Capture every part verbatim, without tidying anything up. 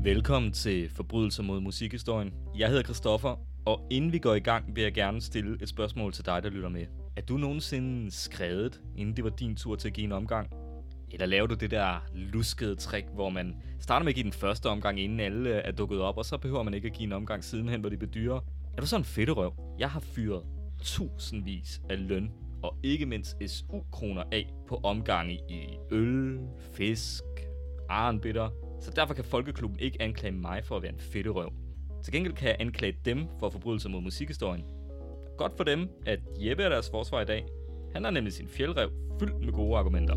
Velkommen til Forbrydelser mod musikhistorien. Jeg hedder Christoffer, og inden vi går i gang, vil jeg gerne stille et spørgsmål til dig, der lytter med. Er du nogensinde skredet, inden det var din tur til at give en omgang? Eller laver du det der luskede trick, hvor man starter med at give den første omgang, inden alle er dukket op, og så behøver man ikke at give en omgang sidenhen, hvor de bliver dyre? Er du sådan en fedterøv? Jeg har fyret tusindvis af løn og ikke mindst S U-kroner af på omgange i øl, fisk, arnbitter. Så derfor kan Folkeklubben ikke anklage mig for at være en fedterøv. Til gengæld kan jeg anklage dem for forbrydelser mod musikhistorien. Godt for dem, at Jeppe er deres forsvar i dag. Han har nemlig sin fjeldrev fyldt med gode argumenter.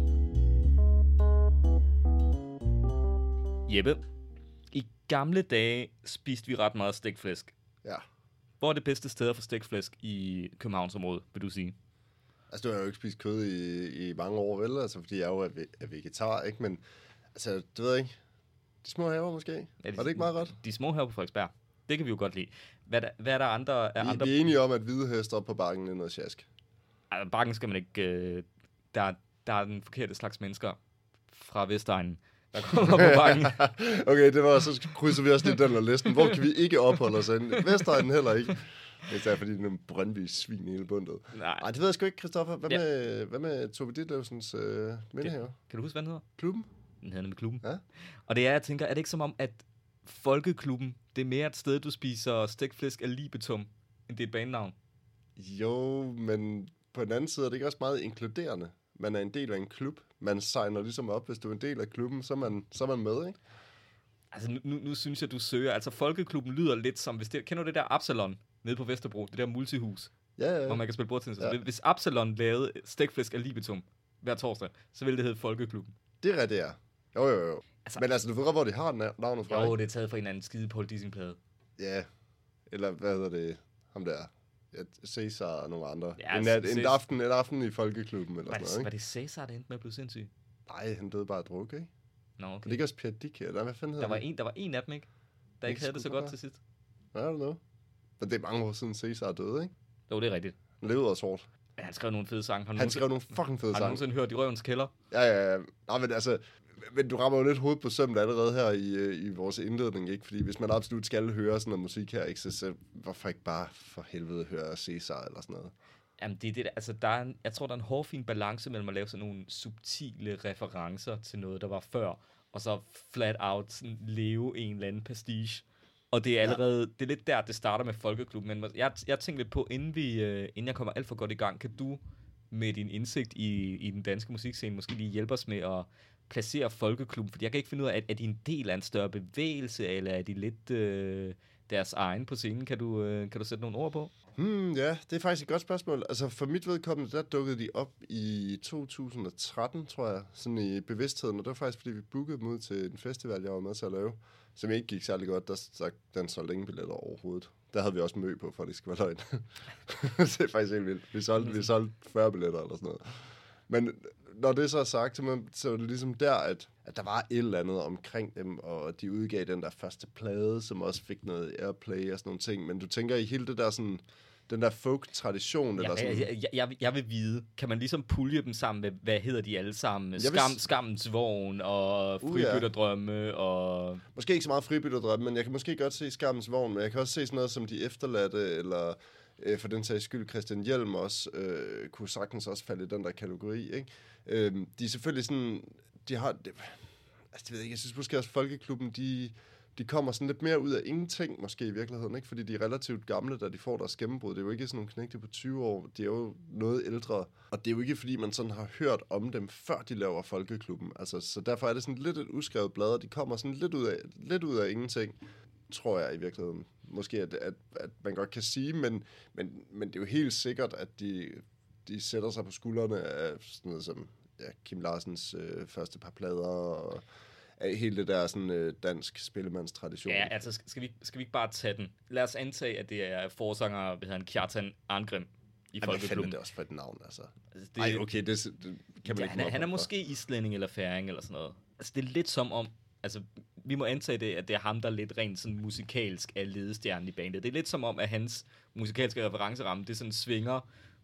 Jeppe, i gamle dage spiste vi ret meget stegflæsk. Ja. Hvor er det bedste sted for stegflæsk i Københavnsområdet, vil du sige? Altså, du har jo ikke spist kød i, i mange år, vel? Altså, fordi jeg jo er, er vegetar, ikke? Men, altså, det ved jeg ikke. De små haver måske? Ja, de, var det ikke meget godt? De små haver på Frederiksberg. Det kan vi jo godt lide. Hvad, der, hvad er der andre... Er vi, andre... vi er enige om, at hvide hester på bakken er noget sjask. Altså, bakken skal man ikke... Øh, der, der er den forkerte slags mennesker fra Vestegnen, der kommer på bakken. Okay, det var så krydser vi også lidt den der listen. Hvor kan vi ikke opholde os ind? Vestegnen heller ikke. Det er fordi, det er en Brøndby-svin i hele bundet. Nej. Ej, det ved jeg sgu ikke, Christoffer. Hvad, ja. med, hvad med Tove Ditlevsens øh, mindehave? Kan du huske, hvad den hedder? Klubben? Den hedder nemlig Klubben. Ja. Og det er, jeg tænker, er det ikke som om, at Folkeklubben, det er mere et sted, du spiser stegflæsk af libetum, end det er et banenavn? Jo, men på den anden side er det ikke også meget inkluderende. Man er en del af en klub. Man signer ligesom op, hvis du er en del af klubben, så er man, så er man med, ikke? Altså, nu, nu synes jeg, du søger. Altså, Folkeklubben lyder lidt som, hvis det, kender du det der Absalon nede på Vesterbro? Det der multihus, ja, ja. hvor man kan spille bordtennis. Ja. Hvis Absalon lavede stegflæsk af libetum hver torsdag, så ville det hedde Folkeklubben. Det er rigtigt, ja. Jo, jo, jo. Altså, men altså, du ved godt, hvor de har navnet fra? Jo, det er taget fra en anden skide Paul Dissing-plade. Ja, eller hvad hedder det? Ham der. Ja, Cæsar og nogle andre. Ja, en, en, en, aften, en aften i Folkeklubben, eller var sådan det, noget, ikke? Var det Cæsar, der endte med at blive sindssyg? Nej, han døde bare af druk, ikke? Nå, okay. Det er ikke også Pierre Dick, eller hvad fanden hedder der var en, Der var en af dem, ikke? Der ikke havde det så godt til sidst. Ja, det er noget. Men det er mange år siden Cæsar døde, ikke? Jo, det er rigtigt. Han levede også hårdt. Ja, han skrev nogle fede sange. Han, han skrev nogle fucking fede sange. Har du nogensinde hørt I Røvens Kælder? Ja, ja, ja. Nej, men altså... Men du rammer jo lidt hovedet på sømmet allerede her i, i vores indledning, ikke? Fordi hvis man absolut skal høre sådan noget musik her, ikke, så, så hvorfor ikke bare for helvede høre Cæsar eller sådan noget? Jamen, det er det, altså, der er en, jeg tror, der er en hårfin balance mellem at lave sådan nogle subtile referencer til noget, der var før, og så flat out sådan, leve en eller anden pastiche. Og det er allerede, ja. Det er lidt der, det starter med Folkeklubben. Men jeg, jeg tænkte lidt på, inden, vi, uh, inden jeg kommer alt for godt i gang, kan du med din indsigt i, i den danske musikscene måske lige hjælpe os med at placere Folkeklubben? Fordi jeg kan ikke finde ud af, at er de en del af en større bevægelse, eller er de lidt øh, deres egen på scenen? Kan du, øh, kan du sætte nogle ord på? Hmm, ja, det er faktisk et godt spørgsmål. Altså for mit vedkommende, der dukkede de op i to tusind og tretten, tror jeg, sådan i bevidstheden. Og det var faktisk, fordi vi bookede dem ud til en festival, jeg var med til at lave, som ikke gik særlig godt. Der, der den solgte ingen billetter overhovedet. Der havde vi også mø på, for at det skal være løgn. Det er faktisk helt vildt. Vi solgte, vi solgte fyrre billetter eller sådan noget. Men når det så er sagt, så er det ligesom der, at, at der var et eller andet omkring dem, og de udgav den der første plade, som også fik noget airplay og sådan nogle ting. Men du tænker i hele det der sådan, den der folk-tradition, ja, eller sådan... Jeg, jeg, jeg, jeg vil vide, kan man ligesom pulje dem sammen med, hvad hedder de alle sammen? Skam, vil... Skammens Vogn og Fribytterdrømme uh, ja. og... Måske ikke så meget Fribytterdrømme, men jeg kan måske godt se Skammens Vogn, men jeg kan også se sådan noget som De Efterladte, eller... for den sags skyld, Christian Hjelm også, øh, kunne sagtens også falde i den der kategori, ikke? Øh, de er selvfølgelig sådan, de har, det, altså det ved jeg ikke, jeg synes måske også, Folkeklubben, de, de kommer sådan lidt mere ud af ingenting, måske i virkeligheden, ikke? Fordi de er relativt gamle, da de får deres gennembrud. Det er jo ikke sådan nogle knægte på tyve år, de er jo noget ældre, og det er jo ikke, fordi man sådan har hørt om dem, før de laver Folkeklubben. Altså, så derfor er det sådan lidt et uskrevet blad, og de kommer sådan lidt ud af, lidt ud af ingenting, tror jeg i virkeligheden. Måske, at, at, at man godt kan sige, men, men, men det er jo helt sikkert, at de, de sætter sig på skuldrene af sådan noget som ja, Kim Larsens øh, første par plader, og af hele det der sådan, øh, dansk spillemandstradition. Ja, altså, skal vi, skal vi ikke bare tage den? Lad os antage, at det er forsanger, hvad hedder han, Kjartan Arngrim i Folkeklubben. Hvad det også for et navn, altså? altså det, Ej, okay, det, det kan man ja, ikke... Han er, han er måske islænding eller færing eller sådan noget. Altså, det er lidt som om, altså, vi må antage det, at det er ham, der lidt rent sådan musikalsk er ledestjernen i bandet. Det er lidt som om, at hans musikalske referenceramme, det sådan svinger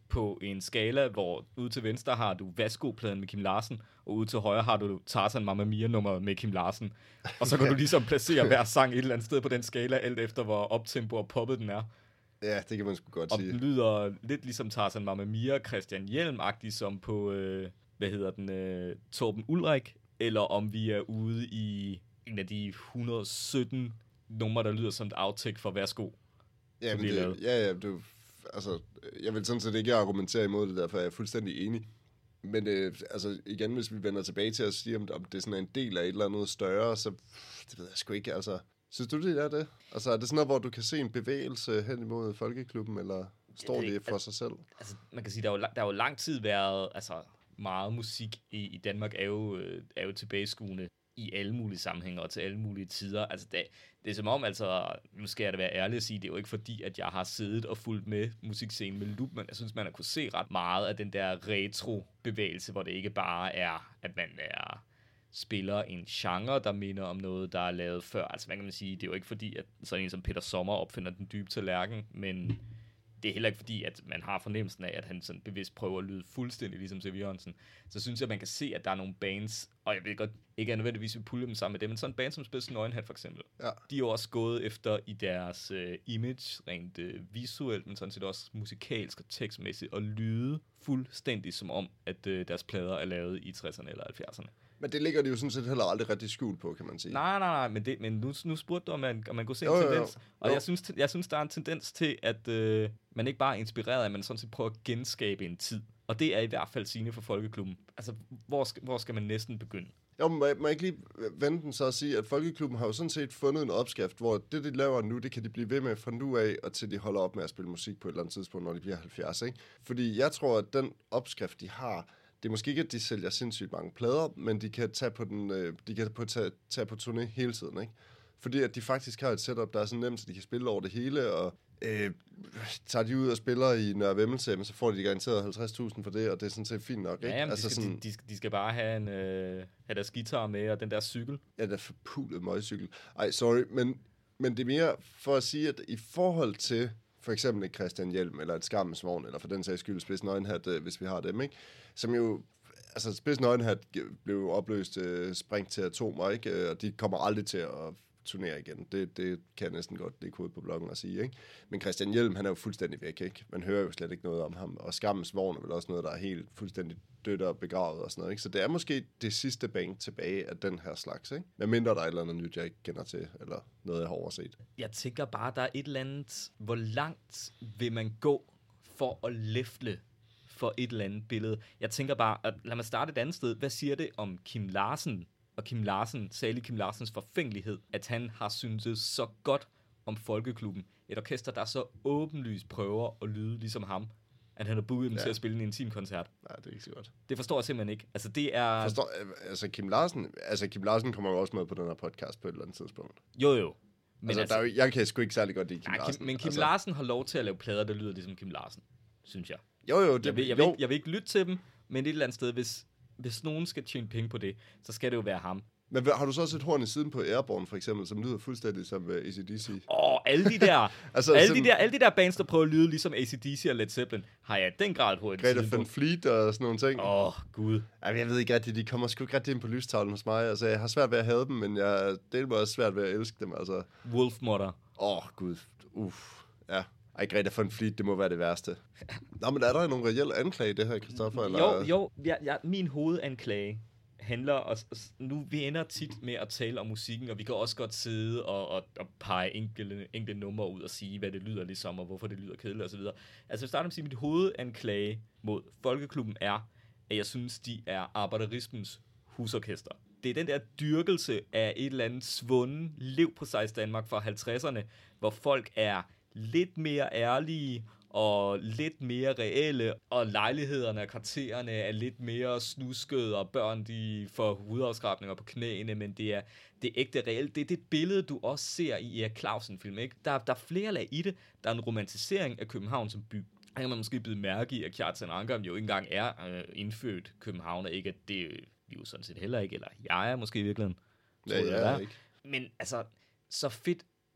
på en skala, hvor ude til venstre har du Værsgo-pladen med Kim Larsen, og ude til højre har du Tarzan Mamma Mia-nummer med Kim Larsen. Og så kan ja. du ligesom placere hver sang et eller andet sted på den skala, alt efter hvor optempo og poppet den er. Ja, det kan man sgu godt og sige. Og den lyder lidt ligesom Tarzan Mamma Mia, Christian Hjelm-agtig, som på, øh, hvad hedder den, øh, Torben Ulrik, eller om vi er ude i en af de et hundrede og sytten numre, der lyder som et outtake for Værsgo. Ja, men det, ja, ja, du, altså, jeg vil sådan set ikke argumentere imod det, derfor er jeg fuldstændig enig. Men øh, altså, igen, hvis vi vender tilbage til at sige, om, om det sådan er en del af et eller andet større, så det ved jeg sgu ikke, altså. Synes du, det er det? Altså, er det sådan noget, hvor du kan se en bevægelse hen imod Folkeklubben, eller står det for sig selv? Altså, man kan sige, der har jo, der har jo lang tid været, altså, meget musik i, i Danmark er jo, er jo tilbageskuende i alle mulige sammenhænge og til alle mulige tider. Altså, det, det er som om, altså, nu skal jeg da være ærlig at sige, det er jo ikke fordi, at jeg har siddet og fulgt med musikscenen med lup, men jeg synes, man har kunne se ret meget af den der retro-bevægelse, hvor det ikke bare er, at man er spiller en genre, der minder om noget, der er lavet før. Altså, hvad kan man sige? Det er jo ikke fordi, at sådan en som Peter Sommer opfinder den dybe tallerken, men det er heller ikke fordi, at man har fornemmelsen af, at han sådan bevidst prøver at lyde fuldstændig ligesom C V. Jørgensen. Så synes jeg, at man kan se, at der er nogle bands, og jeg ved godt, ikke er nødvendigvis, vi puller dem sammen med dem, men sådan en band som Spidsen Nøgenhat for eksempel, ja. de er jo også gået efter i deres uh, image, rent uh, visuelt, men sådan set også musikalsk og tekstmæssigt, og lyde fuldstændig som om, at uh, deres plader er lavet i tresserne eller halvfjerdserne. Men det ligger de jo sådan set heller aldrig rigtig skjult på, kan man sige. Nej, nej, nej, men, det, men nu, nu spurgte du, om man, om man kunne se en jo, tendens. Jo, jo. Og jeg synes, jeg synes, der er en tendens til, at øh, man ikke bare er inspireret af, man sådan set prøver at genskabe en tid. Og det er i hvert fald sigende for Folkeklubben. Altså, hvor skal, hvor skal man næsten begynde? Jo, må jeg, må jeg ikke lige vende den så og sige, at Folkeklubben har jo sådan set fundet en opskrift, hvor det, de laver nu, det kan de blive ved med fra nu af, og til de holder op med at spille musik på et eller andet tidspunkt, når de bliver halvfjerds, ikke? Fordi jeg tror, at den opskrift, de har, det er måske ikke, at de sælger sindssygt mange plader, men de kan tage på, den, øh, de kan på tage, tage på turné hele tiden, ikke? Fordi at de faktisk har et setup, der er så nemt, så de kan spille over det hele, og øh, tager de ud og spiller i Nørre Vemmelse, så får de garanteret halvtreds tusind for det, og det er sådan set fint nok, ikke? Ja, jamen, altså de, skal, sådan, de, de, skal, de skal bare have, en, øh, have deres guitar med, og den der cykel. Ja, der er forpulet møgcykel. Ej, sorry, men, men det er mere for at sige, at i forhold til for eksempel et Christian Hjelm, eller et Skammens Vogn, eller for den sags skyld Spidsen Nøgenhat, øh, hvis vi har dem, ikke? Som jo, altså Spidsen Nøgenhat blev opløst øh, sprængt til atomer, ikke? Og de kommer aldrig til at turnere igen. Det, det kan jeg næsten godt lægge ud på bloggen og sige, ikke? Men Christian Hjelm, han er jo fuldstændig væk, ikke? Man hører jo slet ikke noget om ham. Og Skammens Vogn er vel også noget, der er helt fuldstændig dødt og begravet og sådan noget, ikke? Så det er måske det sidste band tilbage af den her slags, ikke? Hvad mindre der er et eller andet nyt, jeg ikke kender til, eller noget, jeg har overset. Jeg tænker bare, der er et eller andet, hvor langt vil man gå for at læfle for et eller andet billede. Jeg tænker bare, at lad mig starte et andet sted. Hvad siger det om Kim Larsen og Kim Larsen, særlig Kim Larsens forfængelighed, at han har syntes så godt om Folkeklubben? Et orkester, der så åbenlyst prøver at lyde ligesom ham, at han har booket dem ja. til at spille en intimkoncert. Nej, det er ikke så godt. Det forstår jeg simpelthen ikke. Altså, det er... Forstår, altså, Kim Larsen, altså, Kim Larsen kommer jo også med på den her podcast på et eller andet tidspunkt. Jo, jo. Men altså, altså der er jo, jeg kan sgu ikke særlig godt lide Kim nej, Larsen. Kim, men Kim altså. Larsen har lov til at lave plader, der lyder ligesom Kim Larsen, synes jeg. Jo, jo. Det, jeg, vil, jeg, vil jo. Ikke, jeg vil ikke lytte til dem, men et eller andet sted, hvis, hvis nogen skal tjene penge på det, så skal det jo være ham. Men har du så også et horn i siden på Airborne, for eksempel, som lyder fuldstændig som uh, A C D C? Åh, oh, alle de der, altså, alle, de der, alle de der bands, der prøver at lyde ligesom A C D C og Led Zeppelin, har jeg den grad på et Greta Van Fleet og sådan nogle ting. Åh, oh, gud. Jamen, jeg ved ikke rigtigt, de kommer sgu ikke rigtig ind på lystavlen hos mig. Altså, jeg har svært ved at have dem, men jeg det er også svært ved at elske dem, altså. Wolfmother. Åh, oh, gud. Uff, ja. Ej, Greta Van Fleet, det må være det værste. Nå, men er der nogle reelle anklage i det her, Christoffer? Eller? Jo, jo. Ja, ja, min hovedanklage handler, og nu vi ender tit med at tale om musikken, og vi kan også godt sidde og, og, og pege enkelte, enkelte numre ud og sige, hvad det lyder ligesom, og hvorfor det lyder kedeligt osv. Altså, jeg starter med at sige, at mit hovedanklage mod Folkeklubben er, at jeg synes, de er arbejderismens husorkester. Det er den der dyrkelse af et eller andet svunden liv på sig i Danmark fra halvtredserne, hvor folk er lidt mere ærlige og lidt mere reelle, og lejlighederne og kvartererne er lidt mere snuskede, og børn de får hudafskrabninger på knæene, men det er, det er ægte reelt. Det er det billede, du også ser i Erik Clausen-film, ikke? Der, der er flere lag i det. Der er en romantisering af København som by. Her kan man måske blive mærke i, at Kjartan Anker jo ikke engang er øh, indfødt København, og ikke at det vi jo sådan set heller ikke, eller jeg er måske i virkeligheden. Ja, jeg er ikke. Men altså, så fedt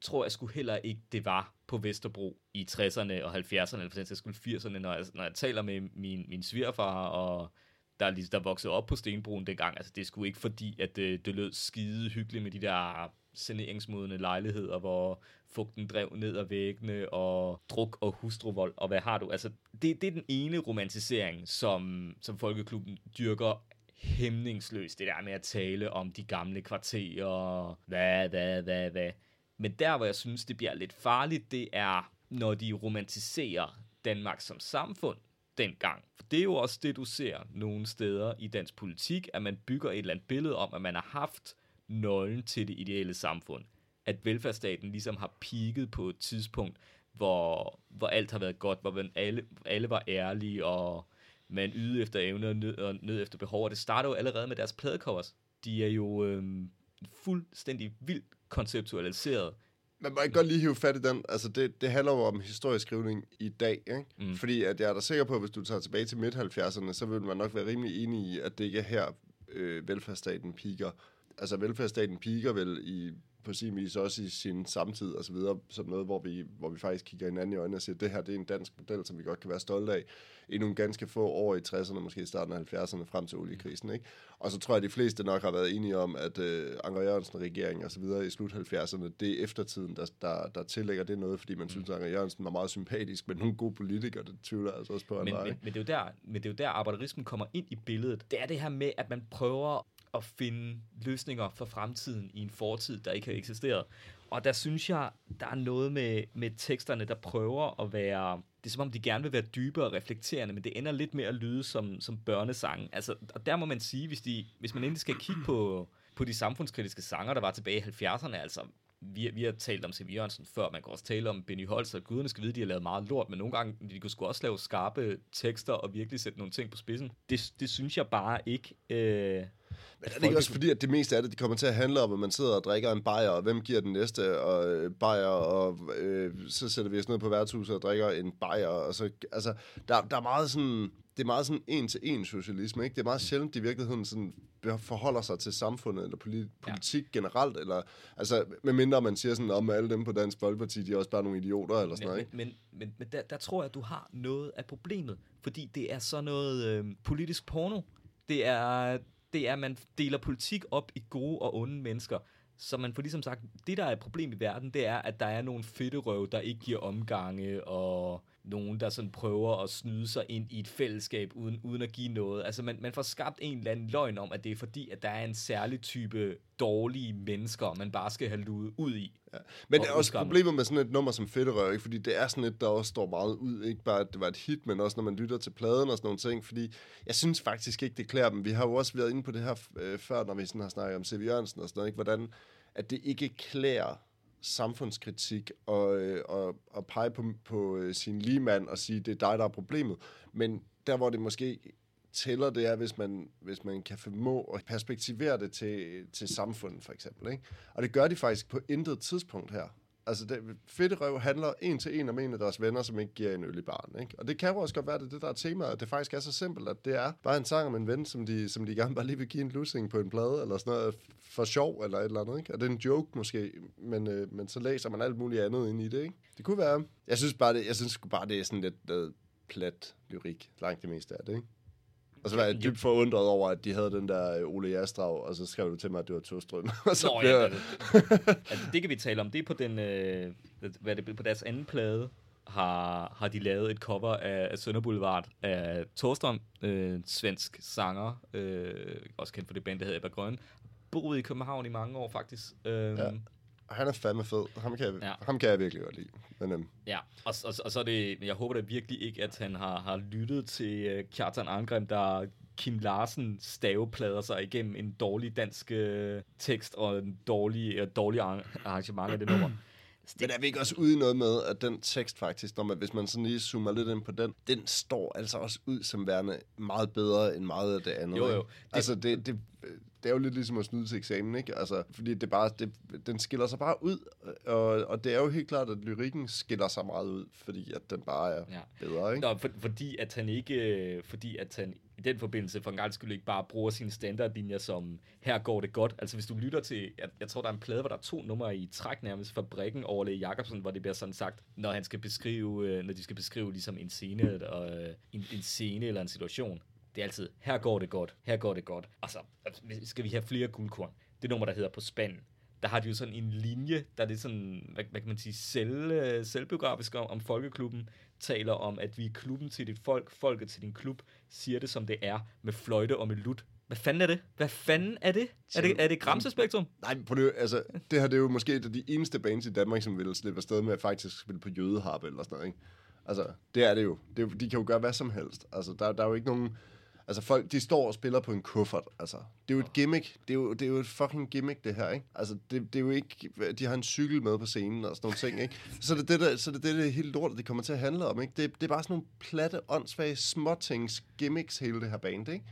tror jeg sgu heller ikke, det var på Vesterbro i tresserne og halvfjerdserne, eller for den sags skyld firserne, når jeg, når jeg taler med min, min svigerfar, og der, der voksede op på Stenbroen dengang. Altså, det er sgu ikke fordi, at det, det lød skide hyggeligt med de der saneringsmodne lejligheder, hvor fugten drev ned ad væggene, og druk og hustruvold, og hvad har du? Altså, det, det er den ene romantisering, som, som Folkeklubben dyrker hæmningsløst, det der med at tale om de gamle kvarterer, hvad, hvad, hvad, hvad. Men der, hvor jeg synes, det bliver lidt farligt, det er, når de romantiserer Danmark som samfund dengang. For det er jo også det, du ser nogle steder i dansk politik, at man bygger et eller andet billede om, at man har haft nøglen til det ideelle samfund. At velfærdsstaten ligesom har peaket på et tidspunkt, hvor, hvor alt har været godt, hvor man alle, alle var ærlige, og man ydede efter evne og nød, og nød efter behov. Og det starter jo allerede med deres pladecovers. De er jo øhm, fuldstændig vildt konceptualiseret. Man må ikke godt lige hive fat i den. Altså, det, det handler jo om historieskrivning i dag, ikke? Mm. Fordi at jeg er da sikker på, at hvis du tager tilbage til midt halvfjerdserne, så vil man nok være rimelig enig i, at det ikke er her, øh, velfærdsstaten piker. Altså, velfærdsstaten piker vel i, på sin vis også i sin samtid og så videre, sådan noget, hvor vi, hvor vi faktisk kigger hinanden i øjnene og siger, at det her, det er en dansk model, som vi godt kan være stolte af, i nogle ganske få år i tresserne, måske i starten af halvfjerdserne, frem til oliekrisen, ikke? Og så tror jeg, at de fleste nok har været enige om, at øh, Anker Jørgensen-regeringen og så videre i slut halvfjerdserne, det er eftertiden, der, der, der tillægger det noget, fordi man mm. synes, at Anker Jørgensen var meget sympatisk, men nogle gode politikere, det tvivler altså også på, men, var, men, men, det er jo der, men det er jo der, arbejderismen kommer ind i billedet. Det er det her med, at man prøver at finde løsninger for fremtiden i en fortid, der ikke har eksisteret. Og der synes jeg, der er noget med, med teksterne, der prøver at være... Det er som om, de gerne vil være dybere og reflekterende, men det ender lidt med at lyde som, som børnesange. Altså, og der må man sige, hvis, de, hvis man endelig skal kigge på, på de samfundskritiske sanger, der var tilbage i halvfjerdserne, altså... Vi, vi har talt om C V Jørgensen før, man kan også tale om Benny Holst, og guderne skal vide, de har lavet meget lort, men nogle gange, de kunne sgu også lave skarpe tekster og virkelig sætte nogle ting på spidsen. Det, det synes jeg bare ikke... Øh, Men er det ikke også fordi, at det meste af det, de kommer til at handle om, at man sidder og drikker en bajer, og hvem giver den næste og øh, bajer, og øh, så sætter vi os ned på værtshuset og drikker en bajer, og så, altså, der, der er meget sådan, det er meget sådan en-til-en socialisme, ikke? Det er meget sjældent, de i virkeligheden sådan forholder sig til samfundet, eller politi- politik ja. generelt, eller, altså, medmindre man siger sådan, om alle dem på Dansk Folkeparti, de er også bare nogle idioter, eller sådan men, noget, ikke? Men, men, men, men der, der tror jeg, at du har noget af problemet, fordi det er sådan noget øh, politisk porno. Det er... det er, at man deler politik op i gode og onde mennesker. Så man får ligesom sagt, det der er et problem i verden, det er, at der er nogle fedterøv, der ikke giver omgange, og nogen, der sådan prøver at snyde sig ind i et fællesskab, uden, uden at give noget. Altså, man, man får skabt en eller anden løgn om, at det er fordi, at der er en særlig type dårlige mennesker, man bare skal have luet ud i. Ja. Men det er også problemet med sådan et nummer som Fedterøv, ikke? Fordi det er sådan et, der også står meget ud. Ikke bare, at det var et hit, men også når man lytter til pladen og sådan nogle ting. Fordi jeg synes faktisk ikke, det klæder dem. Vi har jo også været inde på det her øh, før, når vi sådan har snakket om C V Jørgensen og sådan noget, ikke? Hvordan at det ikke klæder samfundskritik og, øh, og, og pege på, på øh, sin ligemand og sige, det er dig, der er problemet. Men der, hvor det måske tæller, det er, hvis man, hvis man kan formå at perspektivere det til, til samfundet, for eksempel. Ikke? Og det gør de faktisk på intet tidspunkt her. Altså, det, Fedterøv handler en til en om en af deres venner, som ikke giver en øl i baren, ikke? Og det kan jo også godt være, det, det der er temaet, at det faktisk er så simpelt, at det er bare en sang om en ven, som de, som de gerne bare lige vil give en lussing på en plade, eller sådan noget, for sjov, eller et eller andet, ikke? Og det er en joke måske, men, øh, men så læser man alt muligt andet ind i det, ikke? Det kunne være... Jeg synes bare, det, jeg synes bare, det er sådan lidt øh, plat lyrik, langt det meste af det, ikke? Og så var jeg dybt forundret over, at de havde den der Ole Jastrag, og så skrev du til mig, at det var Tostrøm. Og så Nå, blev... ja, det, altså, det kan vi tale om. Det er på, den, øh, hvad det, på deres anden plade, har, har de lavet et cover af, af Sønder Boulevard af Thåstrøm, øh, svensk sanger, øh, også kendt for det band, der hedder Ebba Grøn. Boede i København i mange år, faktisk. Øh, ja. Han er fandme fed. Ham kan jeg, ja. ham kan jeg virkelig godt lide. Men, um... Ja, og, og, og så er det... Jeg håber da virkelig ikke, at han har, har lyttet til uh, Kjartan Angrim, der Kim Larsen staveplader sig igennem en dårlig dansk uh, tekst og en dårlig, uh, dårlig arrangement af det nummer. Men er vi ikke også ude i noget med, at den tekst faktisk, når man, hvis man sådan lige zoomer lidt ind på den, den står altså også ud som værende meget bedre end meget af det andet. Jo, jo. Det... Altså, det, det, det er jo lidt ligesom at snyde til eksamen, ikke? Altså, fordi det bare, det, den skiller sig bare ud, og, og det er jo helt klart, at lyrikken skiller sig meget ud, fordi at den bare er ja. bedre, ikke? Nå, for, fordi at han ikke, fordi at han i den forbindelse for en gang skyld ikke bare bruger sine standardlinjer som, her går det godt. Altså hvis du lytter til, jeg, jeg tror der er en plade, hvor der er to numre i træk nærmest, Fabrikken over Ole Jacobsen, hvor det bliver sådan sagt, når han skal beskrive, når de skal beskrive ligesom en scene, eller, en, en scene eller en situation. Det er altid, her går det godt, her går det godt. Og så skal vi have flere guldkorn. Det nummer, der hedder På Spanden. Der har de jo sådan en linje, der er det sådan, hvad, hvad kan man sige, selv, selvbiografisk om, om folkeklubben, taler om, at vi er klubben til dit folk, folket til din klub, siger det som det er, med fløjte og med lut. Hvad fanden er det? Hvad fanden er det? Er det, er det Gramse-spektrum? Nej, på det, altså, det her det er jo måske et af de eneste bands i Danmark, som vil slippe afsted med at faktisk spille på jødeharpe eller sådan noget, ikke? Altså, det er det jo. Det er, de kan jo gøre hvad som helst. Altså, der, der er jo ikke nogen... Altså, folk, de står og spiller på en kuffert, altså. Det er jo et gimmick. Det er jo, det er jo et fucking gimmick, det her, ikke? Altså, det, det er jo ikke... De har en cykel med på scenen og sådan nogle ting, ikke? Så det er det, der, så det, er det, det hele lortet, det kommer til at handle om, ikke? Det, det er bare sådan nogle platte, åndssvage, småtings gimmicks, hele det her band, ikke?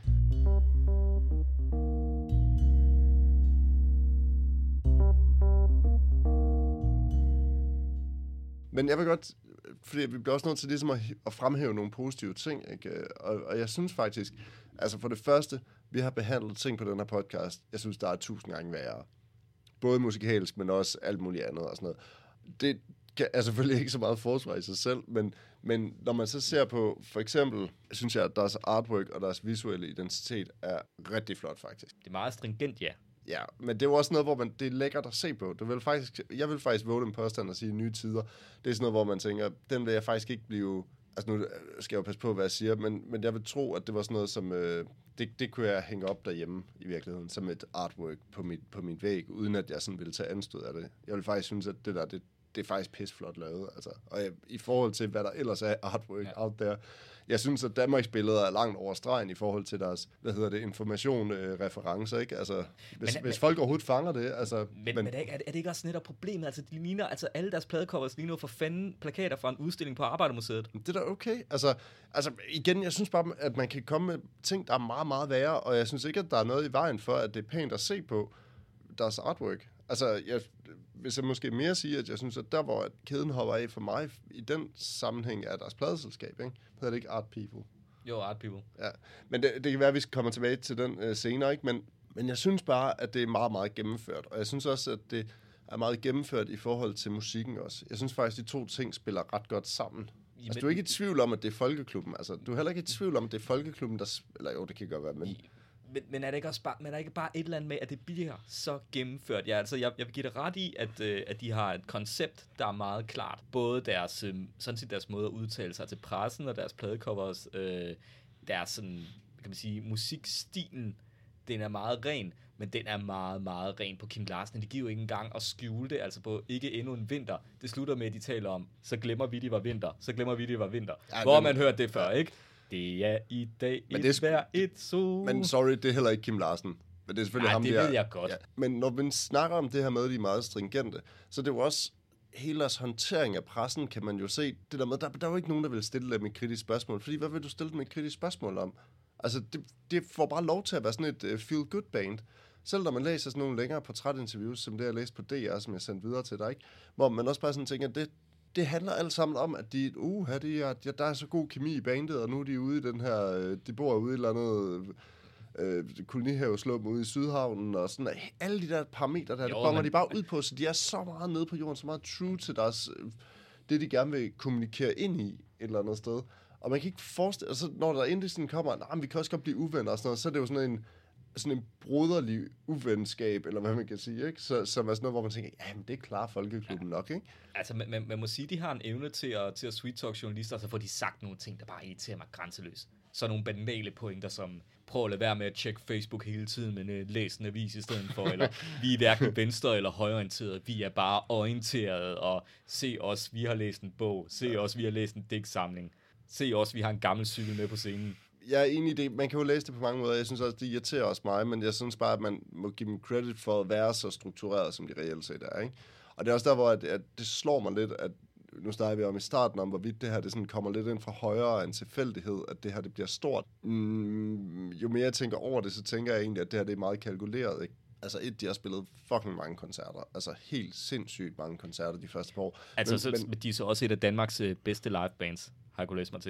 Men jeg vil godt... Fordi vi bliver også nødt til ligesom at, at fremhæve nogle positive ting, ikke? Og, og jeg synes faktisk, altså for det første, vi har behandlet ting på den her podcast, jeg synes, der er tusind gange værre. Både musikalsk, men også alt muligt andet og sådan noget. Det er selvfølgelig ikke så meget forsvar i sig selv, men, men når man så ser på, for eksempel, synes jeg, at deres artwork og deres visuelle identitet er rigtig flot, faktisk. Det er meget stringent, ja. Ja, men det er jo også noget, hvor man, det er lækkert at se på. Det vil faktisk, jeg vil faktisk våge den påstand og sige nye tider. Det er sådan noget, hvor man tænker, den vil jeg faktisk ikke blive... Altså nu skal jeg jo passe på, hvad jeg siger, men, men jeg vil tro, at det var sådan noget, som... Øh, det, det kunne jeg hænge op derhjemme i virkeligheden, som et artwork på mit, på mit væg, uden at jeg sådan ville tage anstød af det. Jeg vil faktisk synes, at det der, det, det er faktisk pisseflot lavet. Altså. Og jeg, i forhold til, hvad der ellers er artwork ja. out there... Jeg synes, at Danmarks billeder er langt over stregen i forhold til deres, hvad hedder det, information, øh, referencer, ikke? Altså, hvis, men, hvis folk overhovedet fanger det, altså... Men, men, men er, det, er det ikke også netop problemet? Altså, de ligner, altså alle deres pladecovers ligner for fanden plakater fra en udstilling på Arbejdermuseet. Det er da okay. Altså, altså, igen, jeg synes bare, at man kan komme med ting, der er meget, meget værre, og jeg synes ikke, at der er noget i vejen for, at det er pænt at se på deres artwork. Altså, jeg, hvis jeg måske mere sige, at jeg synes, at der, hvor kæden hopper af for mig, i den sammenhæng er deres pladeselskab, ikke? Hedder det ikke Art People? Jo, Art People. Ja, men det, det kan være, at vi kommer tilbage til den øh, senere, ikke? Men, men jeg synes bare, at det er meget, meget gennemført. Og jeg synes også, at det er meget gennemført i forhold til musikken også. Jeg synes faktisk, at de to ting spiller ret godt sammen. Jamen, altså, du er ikke i tvivl om, at det er Folkeklubben. Altså, du er heller ikke i tvivl om, at det er Folkeklubben, der... Eller jo, det kan godt være, men... Men, men er det ikke også bare, men er der ikke bare et eller andet med, at det bliver så gennemført? Ja, altså, jeg, jeg vil give det ret i, at, øh, at de har et koncept, der er meget klart. Både deres, øh, sådan set deres måde at udtale sig til pressen, og deres pladecovers, øh, deres sådan, kan man sige, musikstilen, den er meget ren, men den er meget, meget ren på Kim Larsen. De giver jo ikke engang at skjule det, altså på ikke endnu en vinter. Det slutter med, at de taler om, så glemmer vi, det var vinter, så glemmer vi, det var vinter. Ja, hvor men, man hørt det før, ja. Ikke? Det er i dag men et det er, vejr, et sol. Men sorry, det er heller ikke Kim Larsen. Men det er selvfølgelig Nej, ham, det der, ved jeg godt. Ja. Men når vi snakker om det her med, at de er meget stringente, så det er jo også hele deres håndtering af pressen, kan man jo se. Det der med, der, der er jo ikke nogen, der vil stille dem et kritisk spørgsmål. Fordi hvad vil du stille dem et kritisk spørgsmål om? Altså, det, det får bare lov til at være sådan et uh, feel-good-band. Selv når man læser sådan nogle længere portrætinterviews, som det jeg læste på D R, som jeg sendte videre til dig, ikke? Hvor man også bare sådan tænker, det Det handler alt sammen om, at de, uh, de er, ja, der er så god kemi i bandet, og nu er de ude i den her, de bor ude i et eller andet øh, kolonihaveslum ude i Sydhavnen, og sådan, alle de der parametre der, jo, det bonger men... de bare ud på, så de er så meget nede på jorden, så meget true til deres, det de gerne vil kommunikere ind i et eller andet sted. Og man kan ikke forestille, altså når der endelig sådan kommer, nej, vi kan også godt blive uvenner og sådan noget, så er det jo sådan en, sådan en broderlig uvenskab, eller hvad man kan sige, ikke? Så, som er sådan noget, hvor man tænker, jamen det er klar Folkeklubben ja. nok, ikke? Altså, man, man, man må sige, de har en evne til at, til at sweet talk journalister, og så får de sagt nogle ting, der bare irriterer mig grænseløst. Så nogle banale pointer, som prøv at lade være med at tjekke Facebook hele tiden, men uh, læs en avis i stedet for, eller vi er hverken venstre eller højreorienteret, vi er bare orienteret, og se os, vi har læst en bog, se ja. os, vi har læst en digtsamling, se os, vi har en gammel cykel med på scenen. Jeg er enig i det. Man kan jo læse det på mange måder. Jeg synes også, det irriterer også mig, men jeg synes bare, at man må give dem credit for at være så struktureret, som de reelt set er, ikke? Og det er også der, hvor at, at det slår mig lidt, at nu snakker vi om i starten om, hvorvidt det her det sådan kommer lidt ind fra højre en tilfældighed, at det her det bliver stort. Mm, jo mere jeg tænker over det, så tænker jeg egentlig, at det her det er meget kalkuleret, ikke? Altså et, de har spillet fucking mange koncerter. Altså helt sindssygt mange koncerter de første par år. Altså, men, så, men, de er så også et af Danmarks bedste livebands, har jeg kunnet læse mig til.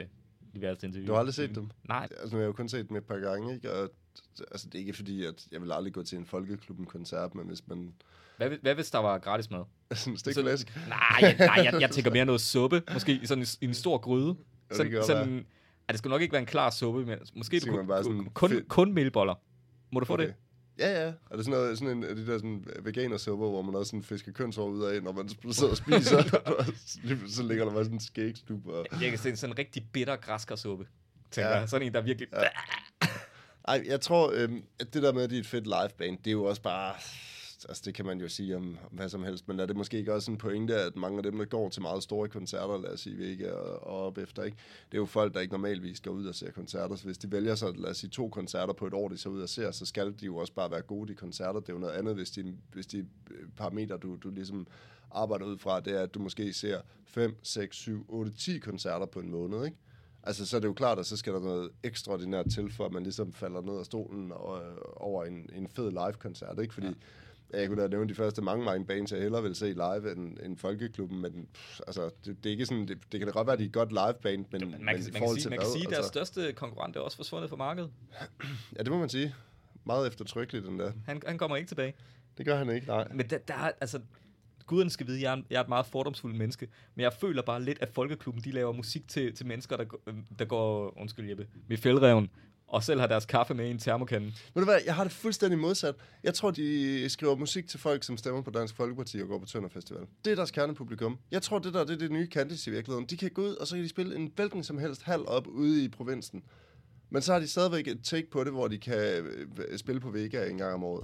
diverse interviews. Du har aldrig set dem? Nej. Altså, nu har jeg jo kun set dem et par gange, ikke? Og, altså, det er ikke fordi, at jeg vil aldrig gå til en Folkeklubben-koncert, men hvis man... Hvad, hvad hvis der var gratis mad? Sådan en stikflæsk? Nej, jeg, nej jeg, jeg tænker mere noget suppe. Måske i sådan en, en stor gryde. Ja, sådan, det sådan, ja, det skulle nok ikke være en klar suppe, men måske du kun, bare sådan kun, kun, kun melboller. Må du få okay. det? Ja, ja. Er det sådan, noget, sådan en af de der sådan veganer-supper, hvor man også sådan fisker kønsår ud af, når man sidder og spiser, så ligger der bare sådan en skægstup. Og... Jeg kan se sådan en rigtig bitter græskarsuppe, tænker ja. jeg. Sådan en, der virkelig... Ja. Ej, jeg tror, øhm, at det der med, at det er et fedt liveband, det er jo også bare... Altså, det kan man jo sige om, om hvad som helst, men er det måske ikke også en pointe, at mange af dem, der går til meget store koncerter, lad os sige, vi ikke er op efter, ikke? Det er jo folk, der ikke normalvis går ud og ser koncerter, så hvis de vælger så, lad os sige, to koncerter på et år, de så ud og ser, så skal de jo også bare være gode i koncerter. Det er jo noget andet, hvis de, hvis de parametre, du, du ligesom arbejder ud fra, det er, at du måske ser fem, seks, syv, otte, ti koncerter på en måned, ikke? Altså, så er det jo klart, at så skal der noget ekstraordinært til, for at man ligesom falder ned af stolen og, over en, en fed live-koncert, ikke? Fordi... Ja. Jeg kunne da nævne de første mange, mange bands, jeg hellere vil se live end, end Folkeklubben, men pff, altså, det, det, er ikke sådan, det, det kan da godt være, at de er et godt liveband, men, man, men man, i kan, forhold sige, til man hvad? kan sige, at deres altså, største konkurrent er også forsvundet fra markedet. Ja, det må man sige. Meget eftertrykkeligt, den der. Han, han kommer ikke tilbage. Det gør han ikke, nej. Men der, der er, altså, guderne skal vide, jeg er, jeg er et meget fordomsfuldt menneske, men jeg føler bare lidt, at Folkeklubben, de laver musik til, til mennesker, der, der går, undskyld Jeppe, med fældreven, og selv har deres kaffe med i en termokande. Ved du hvad, jeg har det fuldstændig modsat. Jeg tror, de skriver musik til folk, som stemmer på Dansk Folkeparti og går på Tønder Festival. Det er deres kernepublikum. Jeg tror, det der det er det nye Candice i virkeligheden. De kan gå ud, og så kan de spille en hvilken som helst halv op ude i provinsen. Men så har de stadigvæk et take på det, hvor de kan spille på Vega en gang om året.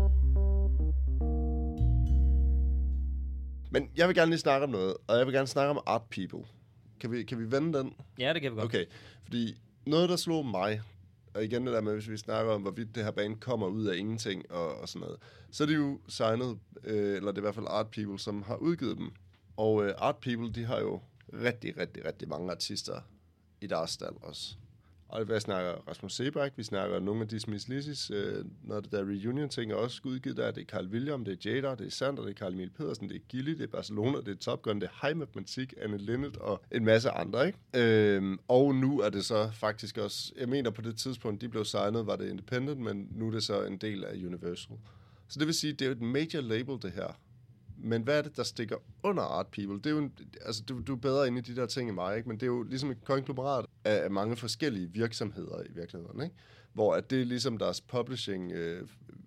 Men jeg vil gerne lige snakke om noget, og jeg vil gerne snakke om Art People. Kan vi, kan vi vende den? Ja, det kan vi godt. Okay, fordi noget, der slog mig, og igen det der med, hvis vi snakker om, hvorvidt det her band kommer ud af ingenting og, og sådan noget, så er det jo signet, øh, eller det er i hvert fald Art People, som har udgivet dem. Og øh, Art People, de har jo rigtig, rigtig, rigtig mange artister i deres stald også. Og vi snakker Rasmus Seebach, vi snakker nogle af de Smith Lissis, øh, når det der reunion-ting er også udgivet der. Det er Carl William, det er Jada, det er Sander, det er Carl Emil Pedersen, det er Gilly, det er Barcelona, det er Top Gun, det er High Mathematik, Anne Linnet og en masse andre, ikke? Øhm, og nu er det så faktisk også, jeg mener på det tidspunkt, de blev signet, var det Independent, men nu er det så en del af Universal. Så det vil sige, det er jo et major label, det her. Men hvad er det, der stikker under Art People? Det er jo en, altså, du, du er bedre inde i de der ting i mig, ikke? Men det er jo ligesom et konglomerat af, af mange forskellige virksomheder i virkeligheden, ikke? Hvor at det er ligesom deres publishing øh,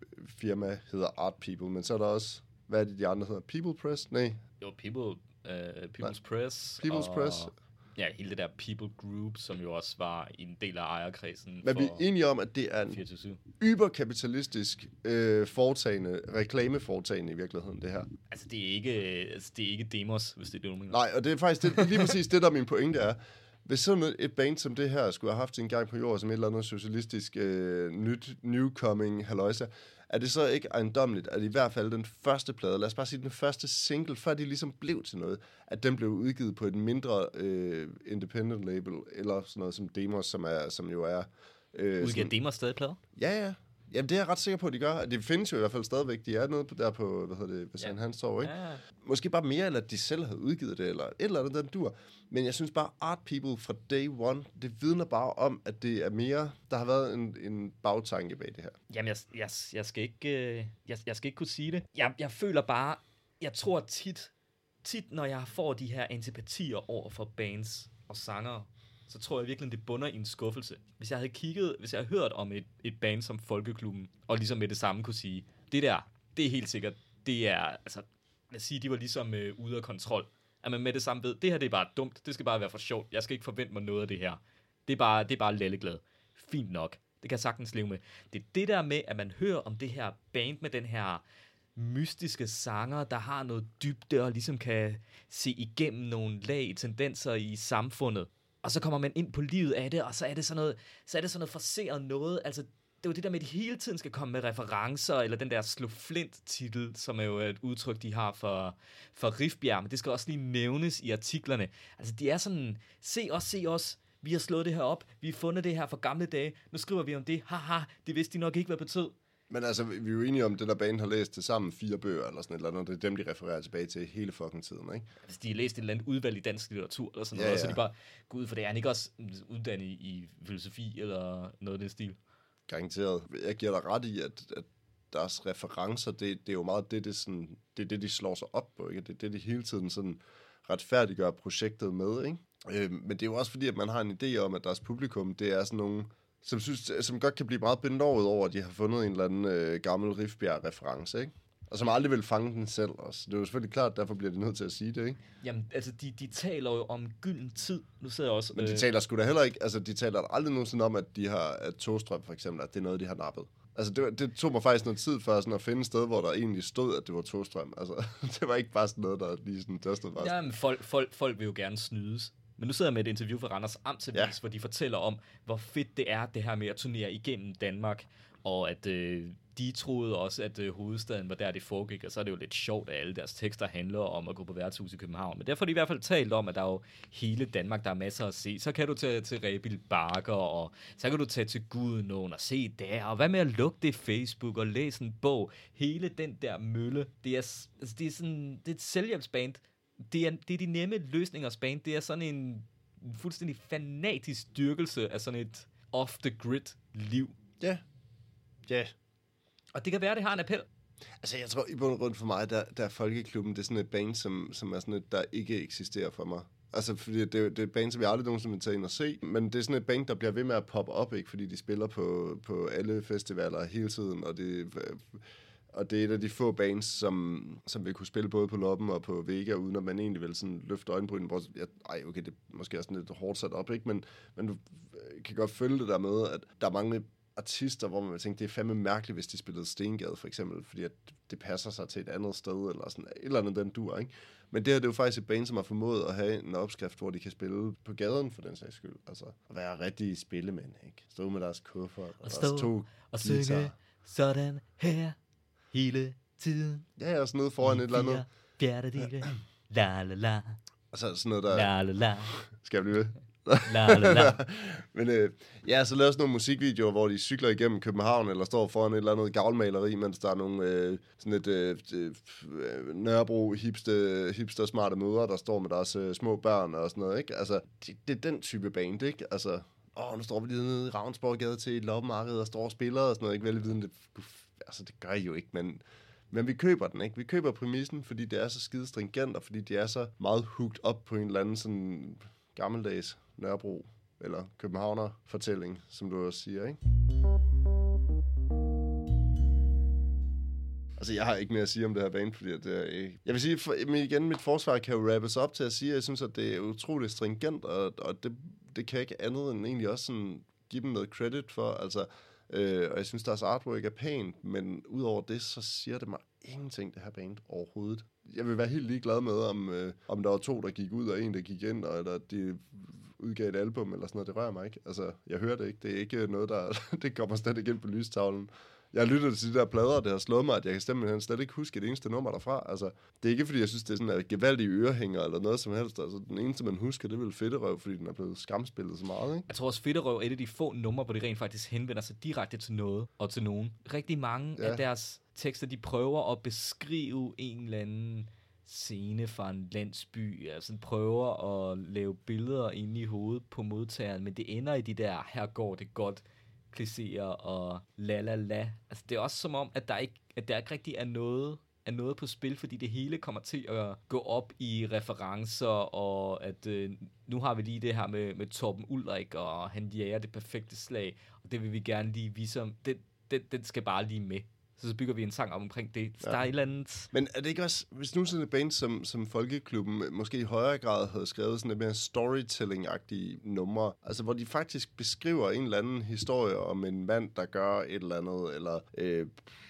firma hedder Art People, men så er der også, hvad er det de andre hedder? People Press? Nej. Jo, People, uh, People's Nej. Press. People's og, Press. Ja, hele det der People Group, som jo også var en del af ejerkredsen. Men vi er enige om, at det er en yberkapitalistisk øh, foretagende, reklameforetagende i virkeligheden, det her. Altså, det er ikke, altså, det er ikke demos, hvis det er det, du mener. Nej, og det er faktisk det, lige præcis det, der er min pointe er. Hvis sådan et band som det her skulle have haft en gang på jorden som et eller andet socialistisk øh, nyt newcoming halløjsa, er det så ikke ejendommeligt, at i hvert fald den første plade, lad os bare sige den første single, før de ligesom blev til noget, at den blev udgivet på et mindre øh, independent label, eller sådan noget som Demos, som, er, som jo er... Øh, Udgiver Demos stadig plader? Ja, ja. Jamen, det er jeg ret sikker på, at de gør. Det findes jo i hvert fald stadigvæk. De er nede der på, hvad hedder det, ved Sankt Hans Torv, ikke? Ja. Måske bare mere, eller at de selv havde udgivet det, eller et eller andet, den dur. Men jeg synes bare, Art People fra day one, det vidner bare om, at det er mere, der har været en, en bagtanke bag det her. Jamen, jeg, jeg, jeg, skal ikke, jeg, jeg skal ikke kunne sige det. Jeg, jeg føler bare, jeg tror tit, tit, når jeg får de her antipatier over for bands og sangere, så tror jeg virkelig, det bunder i en skuffelse. Hvis jeg havde kigget, hvis jeg havde hørt om et, et band som Folkeklubben, og ligesom med det samme kunne sige, det der, det er helt sikkert, det er, altså, lad os sige, de var ligesom øh, ude af kontrol. At man med det samme ved, det her det er bare dumt, det skal bare være for sjovt, jeg skal ikke forvente mig noget af det her. Det er bare, det er bare lalleglad. Fint nok, det kan jeg sagtens leve med. Det er det der med, at man hører om det her band med den her mystiske sanger, der har noget dybde, og ligesom kan se igennem nogle lag, tendenser i samfundet. Og så kommer man ind på livet af det, og så er det sådan noget, så er det sådan noget forseret noget. Altså, det er jo det der med, at de hele tiden skal komme med referencer, eller den der slå flint-titel, som er jo et udtryk, de har for, for Rifbjerg, men det skal også lige nævnes i artiklerne. Altså, de er sådan, se os, se os, vi har slået det her op, vi har fundet det her for gamle dage, nu skriver vi om det, haha, det vidste de nok ikke, hvad betød. Men altså, vi er jo enige om, at det der band har læst til sammen fire bøger, eller sådan et eller andet, det er dem, de refererer tilbage til hele fucking tiden, ikke? Hvis de har læst et eller andet udvalg i dansk litteratur, eller sådan Ja, noget, ja. så er de bare, gud, for det er han ikke også uddannet i, i filosofi, eller noget af den stil? Garanteret. Jeg giver dig ret i, at, at deres referencer, det, det er jo meget det, det, sådan, det er det, de slår sig op på, ikke? Det er det, de hele tiden sådan retfærdiggør projektet med, ikke? Øh, men det er jo også fordi, at man har en idé om, at deres publikum, det er sådan nogle, som, synes, som godt kan blive meget benovet over, at de har fundet en eller anden øh, gammel Rifbjerg-reference, ikke? Og som aldrig vil fange den selv også. Det er jo selvfølgelig klart, derfor bliver de nødt til at sige det, ikke? Jamen, altså, de, de taler jo om gylden tid. Nu sidder jeg også... Men de øh... taler sgu da heller ikke, altså de taler aldrig nogensinde om, at de har, at Togstrøm for eksempel, at det er noget, de har nappet. Altså det, det tog mig faktisk noget tid for sådan at finde et sted, hvor der egentlig stod, at det var Togstrøm. Altså det var ikke bare sådan noget, der lige sådan, der stod bare sådan. Jamen, folk, folk, folk vil jo gerne snydes. Men nu sidder jeg med et interview fra Randers Amtsavis, ja. Hvor de fortæller om, hvor fedt det er, det her med at turnere igennem Danmark, og at øh, de troede også, at øh, hovedstaden var der, det foregik, og så er det jo lidt sjovt, at alle deres tekster handler om at gå på værtshus i København. Men derfor har de i hvert fald talt om, at der er jo hele Danmark, der er masser at se. Så kan du tage til Rebild Bakker, og så kan du tage til Gudenåen og se der, og hvad med at lukke det Facebook og læse en bog. Hele den der mølle, det er, altså, det er, sådan, det er et selvhjælpsband. Det er, det er de nemme løsningers band. Det er sådan en, en fuldstændig fanatisk dyrkelse af sådan et off-the-grid liv. Ja. Yeah. Ja. Yeah. Og det kan være, det har en appel. Altså, jeg tror, i bund og grund for mig, der, der er Folkeklubben, det er sådan et band, som, som er sådan et, der ikke eksisterer for mig. Altså, fordi det, det er et band, som jeg aldrig nogensinde vil tage ind og se, men det er sådan et band, der bliver ved med at poppe op, ikke? Fordi de spiller på, på alle festivaler hele tiden, og det, og det er et af de få bands, som, som vil kunne spille både på Loppen og på Vega, uden at man egentlig vil sådan løfte øjenbrynen. Ja, ej, okay, det er måske også sådan lidt hårdt sat op, ikke? Men, men du kan godt følge det der med, at der er mange artister, hvor man vil tænke, det er fandme mærkeligt, hvis de spillede Stengade, for eksempel, fordi at det passer sig til et andet sted, eller sådan et eller andet den dur, ikke? Men det her, det er jo faktisk et band, som har formået at have en opskrift, hvor de kan spille på gaden, for den sags skyld. Altså, at være rigtige spillemænd, ikke? Stå med deres kuffert, og, og deres to og synge sådan her hele tiden. Ja, og sådan noget foran et eller andet. Fjerde dele. La la la. Og så sådan noget der... La la la. Skal jeg blive ved? La la la. Men øh, ja, så laver sådan nogle musikvideoer, hvor de cykler igennem København, eller står foran et eller andet gavlmaleri, mens der er nogle øh, sådan et øh, øh, Nørrebro hipster, hipster smarte mødre, der står med deres øh, små børn og sådan noget, ikke? Altså, det, det er den type band, ikke? Altså, åh, nu står vi lige nede i Ravnsborggade til et loppemarked og står og spiller og sådan noget, ikke? Velvidende, det, altså, det gør I jo ikke, men... Men vi køber den, ikke? Vi køber præmissen, fordi det er så skide stringent, og fordi de er så meget hooked op på en eller anden sådan gammeldags Nørrebro eller Københavner-fortælling, som du også siger, ikke? Altså, jeg har ikke mere at sige om det her band, fordi det er ikke... Jeg vil sige, for, men igen, mit forsvar kan jo rappes op til at sige, at jeg synes, at det er utroligt stringent, og, og det, det kan ikke andet end egentlig også sådan give dem noget credit for, altså... Øh, og jeg synes, deres artwork er pænt, men udover det, så siger det mig ingenting, det her band overhovedet. Jeg vil være helt ligeglad med, om, øh, om der var to, der gik ud, og en, der gik ind, og eller de udgav et album, eller sådan noget. Det rører mig ikke. Altså, jeg hører det ikke. Det er ikke noget, der... det kommer slet ikke ind på lystavlen. Jeg har lyttet til de der plader, det har slået mig, at jeg kan simpelthen slet ikke huske et eneste nummer derfra. Altså, det er ikke, fordi jeg synes, det er sådan en gevaldig ørehænger eller noget som helst. Altså, den eneste, man husker, det er vel Fedterøv, fordi den er blevet skamspillet så meget, ikke? Jeg tror også, Fedterøv er et af de få numre, hvor de rent faktisk henvender sig direkte til noget og til nogen. Rigtig mange ja. af deres tekster, de prøver at beskrive en eller anden scene fra en landsby, altså prøver at lave billeder inde i hovedet på modtageren, men det ender i de der, her går det godt, klichéer og la la la. Altså det er også som om, at der ikke, at der ikke rigtig er noget, er noget på spil, fordi det hele kommer til at gå op i referencer, og at øh, nu har vi lige det her med, med Torben Ulrik, og han jager det perfekte slag, og det vil vi gerne lige vise om. Det, det, det skal bare lige med. Så, så bygger vi en sang op omkring det. Ja. Der er et eller andet... Men er det ikke også, hvis nu sådan et band som, som Folkeklubben måske i højere grad havde skrevet sådan et mere storytelling-agtige numre, altså hvor de faktisk beskriver en eller anden historie om en mand, der gør et eller andet, eller øh,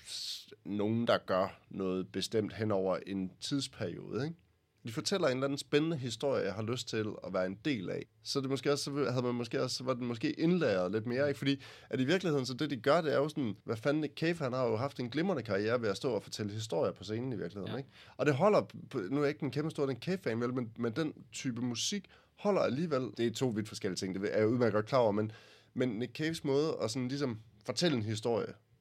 nogen, der gør noget bestemt hen over en tidsperiode, ikke? De fortæller en eller anden spændende historie, jeg har lyst til at være en del af. Så det måske også, havde man måske også, var det måske indlæret lidt mere, ikke? Fordi at i virkeligheden, så det de gør, det er jo sådan, hvad fanden Nick Cave, han har jo haft en glimrende karriere ved at stå og fortælle historier på scenen i virkeligheden, ja. Ikke? Og det holder, nu er jeg ikke en kæmpe stor Nick Cave-fan, vel, men, men den type musik holder alligevel, det er to vidt forskellige ting, det er jeg udmærket godt klar over, men, men Nick Caves måde at sådan ligesom fortælle en historie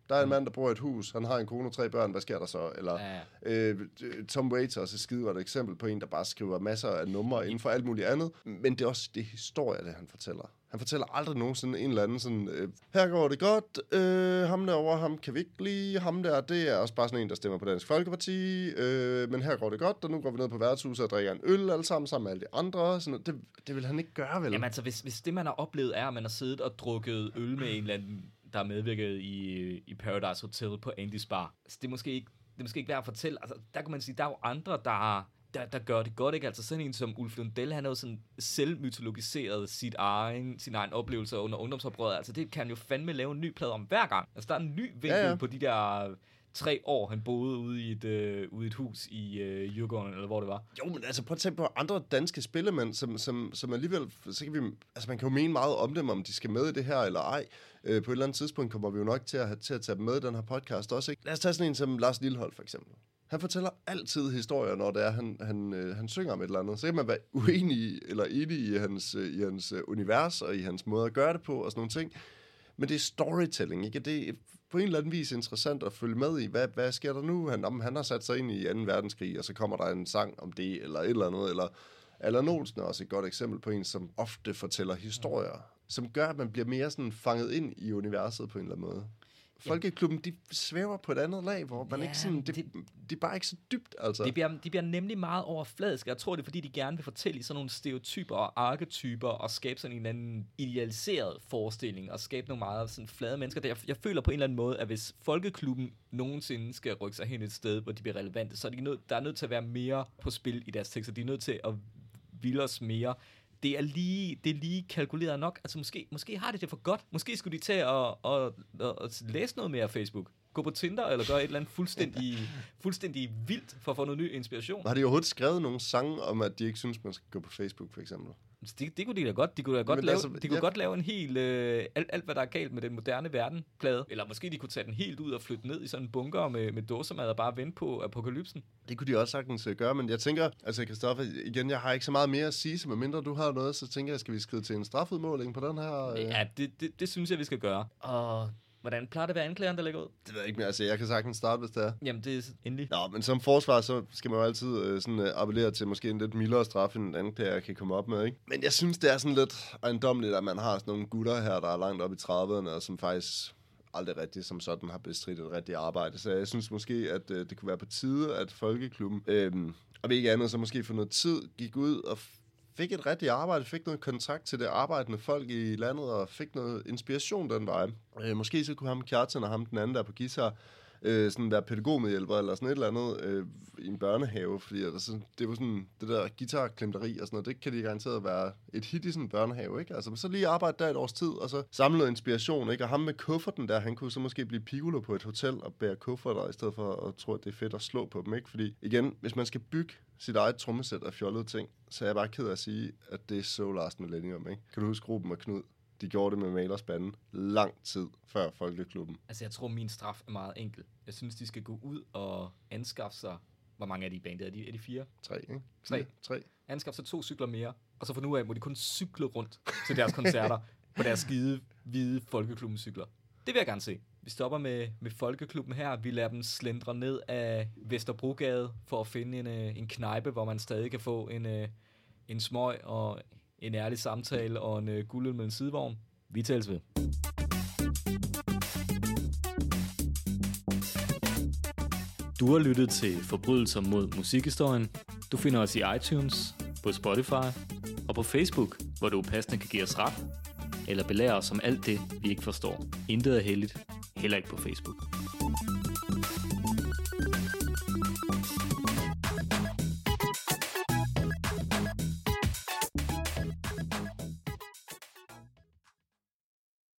Der er en mand, der bor i et hus, han har en kone og tre børn, hvad sker der så? Eller ja, ja. Øh, Tom Waits er også et skide godt eksempel på en, der bare skriver masser af numre inden for alt muligt andet. Men det er også det historie, det han fortæller. Han fortæller aldrig nogensinde en eller anden sådan, øh, her går det godt, øh, ham derovre, ham kan vi ikke lide, ham der, det er også bare sådan en, der stemmer på Dansk Folkeparti, øh, men her går det godt, og nu går vi ned på værtshuset og drikker en øl alle sammen, sammen med alle de andre. Sådan, det, det vil han ikke gøre, vel? Jamen altså, hvis, hvis det, man har oplevet, er, at man har siddet og drukket øl med en eller anden, der er medvirket i, i Paradise Hotel på Andy's Bar, så det er måske ikke, det er måske ikke værd at fortælle. Altså, der kan man sige, der er jo andre, der Der, der gør det godt, ikke? Altså sådan en som Ulf Lundell, han har jo sådan selvmytologiseret sit egen, sin egen oplevelse under ungdomsoprøret. Altså det kan han jo fandme lave en ny plade om hver gang. Altså der er en ny vinkel ja, ja. på de der tre år, han boede ude i et, øh, ude i et hus i øh, Djurgården, eller hvor det var. Jo, men altså prøv at tænke på andre danske spillemænd, som, som, som alligevel, så kan vi, altså man kan jo mene meget om dem, om de skal med i det her eller ej. Øh, på et eller andet tidspunkt kommer vi jo nok til at, have, til at tage dem med i den her podcast også, ikke? Lad os tage sådan en som Lars Lilholt for eksempel. Han fortæller altid historier, når det er, han, han, øh, han synger om et eller andet. Så kan man være uenig i, eller enig i hans, øh, i hans øh, univers, og i hans måde at gøre det på, og sådan nogle ting. Men det er storytelling, ikke? Det er på en eller anden vis interessant at følge med i. Hvad, hvad sker der nu? Han, om, han har sat sig ind i anden verdenskrig, og så kommer der en sang om det, eller et eller andet. Eller Allan Olsen er også et godt eksempel på en, som ofte fortæller historier, som gør, at man bliver mere sådan fanget ind i universet på en eller anden måde. Folkeklubben, de svæver på et andet lag, hvor man ja, ikke sådan, det, det, de er bare ikke så dybt, altså. De bliver, de bliver nemlig meget overfladiske. Jeg tror, det er, fordi de gerne vil fortælle i sådan nogle stereotyper og arketyper, og skabe sådan en anden idealiseret forestilling, og skabe nogle meget sådan flade mennesker. Jeg, jeg føler på en eller anden måde, at hvis Folkeklubben nogensinde skal rykke sig hen et sted, hvor de bliver relevante, så er de nød, der er nødt til at være mere på spil i deres tekster. De er nødt til at ville os mere. Det er lige, det er lige kalkuleret nok. Altså måske, måske har de det for godt. Måske skulle de tage og, og, og, og læse noget mere af Facebook. Gå på Tinder, eller gøre et eller andet fuldstændig, fuldstændig vildt for at få noget ny inspiration. Har de overhovedet skrevet nogle sange om, at de ikke synes, man skal gå på Facebook, for eksempel? Det, det kunne de da godt. De kunne da godt, lave, altså, de kunne ja. godt lave en hel... Øh, alt, alt, hvad der er galt med den moderne verden, plade. Eller måske de kunne tage den helt ud og flytte ned i sådan en bunker med, med dåsemad og bare vente på apokalypsen. Det kunne de også sagtens gøre, men jeg tænker... Altså, Christoffer, igen, jeg har ikke så meget mere at sige, så medmindre du har noget, så tænker jeg, skal vi skrive til en strafudmåling på den her... Øh... Ja, det, det, det synes jeg, vi skal gøre. Og... Hvordan plejer det at være anklageren, der lægger ud? Det ved jeg ikke mere. Altså, jeg kan sagtens starte, hvis det er. Jamen, det er endelig. Nå, men som forsvar, så skal man jo altid øh, sådan, øh, appellere til måske en lidt mildere straf, end en anklager kan komme op med, ikke? Men jeg synes, det er sådan lidt ejendommeligt, at man har sådan nogle gutter her, der er langt op i trediverne, og som faktisk aldrig rigtig som sådan har bestridt et rigtigt arbejde. Så jeg synes måske, at øh, det kunne være på tide, at Folkeklubben, øh, og ikke andet, så måske for noget tid, gik ud og fik et rigtigt arbejde, fik noget kontakt til det arbejdende folk i landet, og fik noget inspiration den vej. Øh, måske så kunne ham Kjartan og ham den anden der på guitar, øh, sådan være pædagogmedhjælper eller sådan et eller andet øh, i en børnehave, fordi altså, det var sådan, det der guitarklemteri og sådan noget, det kan de garanteret være et hit i sådan en børnehave, ikke? Altså, så lige arbejde der et års tid, og så samle noget inspiration, ikke? Og ham med kufferten der, han kunne så måske blive piccolo på et hotel og bære kufferter, i stedet for at tro, at det er fedt at slå på dem, ikke? Fordi igen, hvis man skal bygge sit eget trommesæt af fjollede ting, så er jeg bare ked af at sige, at det er så Lars Millennium, ikke? Kan du huske Ruben og Knud? De gjorde det med malerspanden lang tid før Folkeklubben. Altså, jeg tror, min straf er meget enkel. Jeg synes, de skal gå ud og anskaffe sig... Hvor mange er de i bandet? Er de, er de fire? Tre, ikke? Tre. Tre. Anskaffe sig to cykler mere, og så for nu af må de kun cykle rundt til deres koncerter på deres skide, hvide Folkeklubben-cykler. Det vil jeg gerne se. Vi stopper med, med Folkeklubben her. Vi lader dem slendre ned af Vesterbrogade for at finde en, en knejpe, hvor man stadig kan få en, en smøg og en ærlig samtale og en uh, guldøl med en sidevogn. Vi tales ved. Du har lyttet til Forbrydelser mod musikhistorien. Du finder os i iTunes, på Spotify og på Facebook, hvor du passende kan give os ret eller belære os om alt det, vi ikke forstår. Intet er heldigt, heller ikke på Facebook.